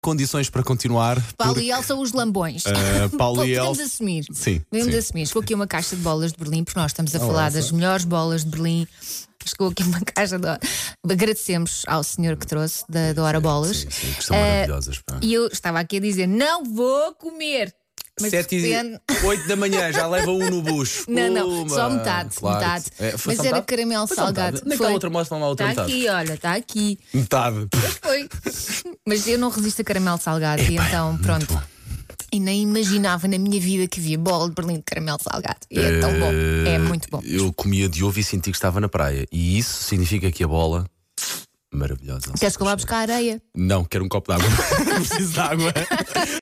condições para continuar. Paulo e Elsa, os lambões. Paulo e Podemos Elsa. assumir. Sim. Podemos sim. assumir. Chegou aqui uma caixa de bolas de Berlim, porque nós estamos a falar das melhores bolas de Berlim. Chegou aqui uma caixa de. Agradecemos ao senhor que trouxe da Hora Bolas. Sim, que são maravilhosas. Pá. E eu estava aqui a dizer: não vou comer. Mas 7 de e repente... 8 da manhã, já leva um no bucho. Não, só metade. Claro. Metade. Foi Mas só era metade? caramelo Foi só salgado. metade. Naquela outra mostra lá outra Está metade. aqui, olha, está aqui. Metade. Foi. Mas eu não resisto a caramelo salgado. E então, pronto. bom. E nem imaginava na minha vida que havia bola de Berlim de caramelo salgado. E é tão bom. É muito bom. Eu comia de ovo e senti que estava na praia. E isso significa que a bola. Maravilhosa. Queres que eu vá buscar areia? Não, quero um copo de água. Preciso de água.